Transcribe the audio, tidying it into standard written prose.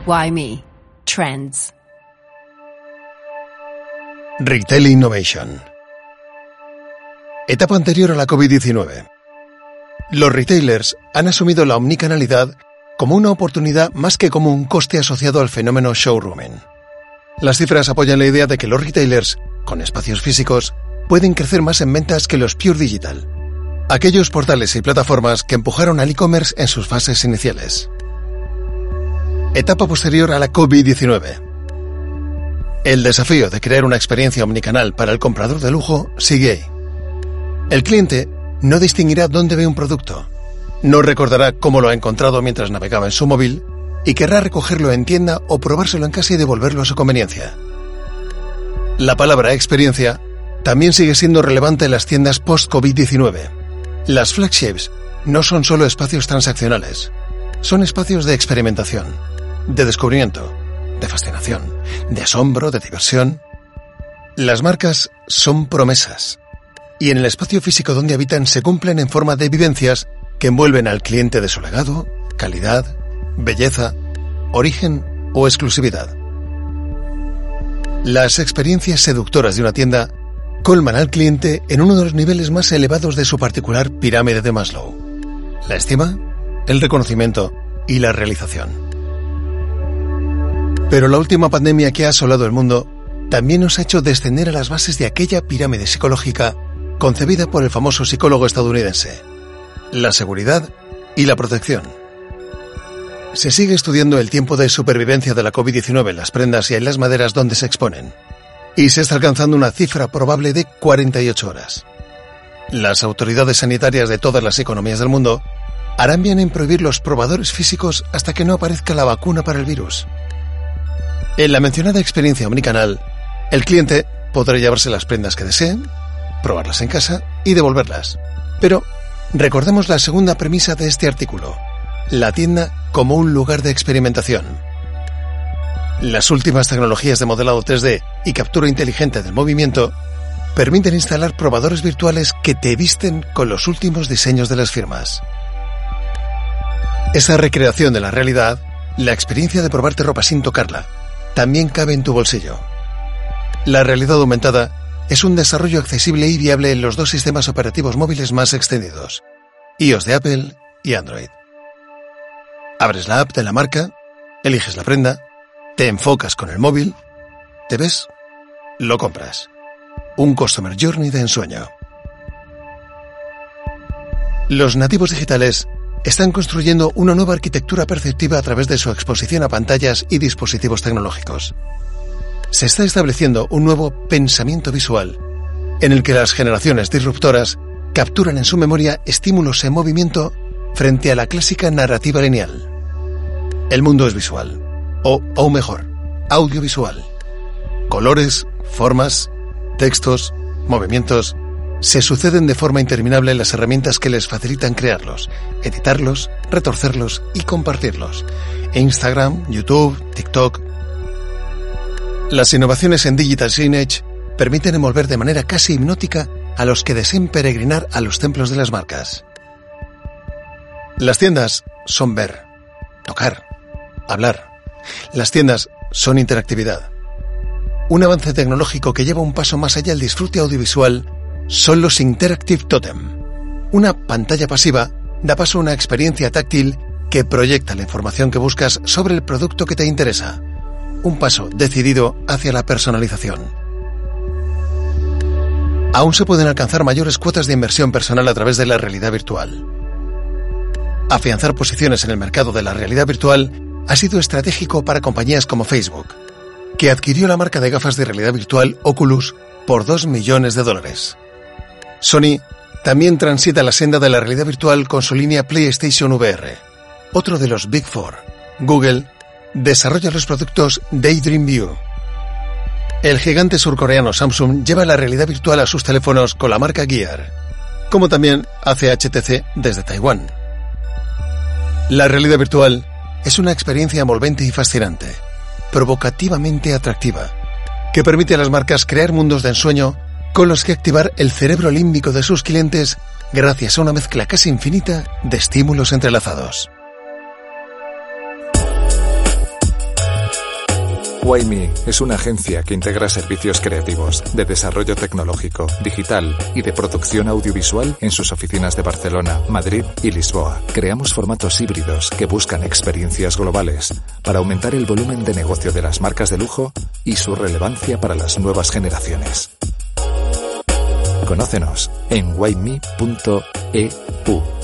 Why Me? Trends. Retail Innovation. Etapa anterior a la COVID-19. Los retailers han asumido la omnicanalidad como una oportunidad más que como un coste asociado al fenómeno showrooming. Las cifras apoyan la idea de que los retailers, con espacios físicos, pueden crecer más en ventas que los pure digital, aquellos portales y plataformas que empujaron al e-commerce en sus fases iniciales. Etapa posterior a la COVID-19. El desafío de crear una experiencia omnicanal para el comprador de lujo sigue ahí. El cliente no distinguirá dónde ve un producto, no recordará cómo lo ha encontrado mientras navegaba en su móvil y querrá recogerlo en tienda o probárselo en casa y devolverlo a su conveniencia. La palabra experiencia también sigue siendo relevante en las tiendas post-COVID-19. Las flagships no son solo espacios transaccionales, son espacios de experimentación, de descubrimiento, de fascinación, de asombro, de diversión. Las marcas son promesas, y en el espacio físico donde habitan se cumplen en forma de vivencias que envuelven al cliente de su legado, calidad, belleza, origen o exclusividad. Las experiencias seductoras de una tienda colman al cliente en uno de los niveles más elevados de su particular pirámide de Maslow: la estima, el reconocimiento y la realización. Pero la última pandemia que ha asolado el mundo también nos ha hecho descender a las bases de aquella pirámide psicológica concebida por el famoso psicólogo estadounidense: la seguridad y la protección. Se sigue estudiando el tiempo de supervivencia de la COVID-19 en las prendas y en las maderas donde se exponen, y se está alcanzando una cifra probable de 48 horas. Las autoridades sanitarias de todas las economías del mundo harán bien en prohibir los probadores físicos hasta que no aparezca la vacuna para el virus. En la mencionada experiencia omnicanal, el cliente podrá llevarse las prendas que desee, probarlas en casa y devolverlas. Pero recordemos la segunda premisa de este artículo: la tienda como un lugar de experimentación. Las últimas tecnologías de modelado 3D y captura inteligente del movimiento permiten instalar probadores virtuales que te visten con los últimos diseños de las firmas. Esa recreación de la realidad, la experiencia de probarte ropa sin tocarla, también cabe en tu bolsillo. La realidad aumentada es un desarrollo accesible y viable en los dos sistemas operativos móviles más extendidos, iOS de Apple y Android. Abres la app de la marca, eliges la prenda, te enfocas con el móvil, te ves, lo compras. Un Customer Journey de ensueño. Los nativos digitales están construyendo una nueva arquitectura perceptiva a través de su exposición a pantallas y dispositivos tecnológicos. Se está estableciendo un nuevo pensamiento visual, en el que las generaciones disruptoras capturan en su memoria estímulos en movimiento frente a la clásica narrativa lineal. El mundo es visual, o aún mejor, audiovisual. Colores, formas, textos, movimientos se suceden de forma interminable en las herramientas que les facilitan crearlos, editarlos, retorcerlos y compartirlos. Instagram, YouTube, TikTok. Las innovaciones en Digital Signage permiten envolver de manera casi hipnótica a los que deseen peregrinar a los templos de las marcas. Las tiendas son ver, tocar, hablar. Las tiendas son interactividad. Un avance tecnológico que lleva un paso más allá del disfrute audiovisual son los Interactive Totem. Una pantalla pasiva da paso a una experiencia táctil que proyecta la información que buscas sobre el producto que te interesa. Un paso decidido hacia la personalización. Aún se pueden alcanzar mayores cuotas de inversión personal a través de la realidad virtual. Afianzar posiciones en el mercado de la realidad virtual ha sido estratégico para compañías como Facebook, que adquirió la marca de gafas de realidad virtual Oculus por $2 millones. Sony también transita la senda de la realidad virtual con su línea PlayStation VR. Otro de los Big Four, Google, desarrolla los productos Daydream View. El gigante surcoreano Samsung lleva la realidad virtual a sus teléfonos con la marca Gear, como también hace HTC desde Taiwán. La realidad virtual es una experiencia envolvente y fascinante, provocativamente atractiva, que permite a las marcas crear mundos de ensueño con los que activar el cerebro límbico de sus clientes gracias a una mezcla casi infinita de estímulos entrelazados. Whyme es una agencia que integra servicios creativos, de desarrollo tecnológico, digital y de producción audiovisual en sus oficinas de Barcelona, Madrid y Lisboa. Creamos formatos híbridos que buscan experiencias globales para aumentar el volumen de negocio de las marcas de lujo y su relevancia para las nuevas generaciones. Conócenos en whyme.eu.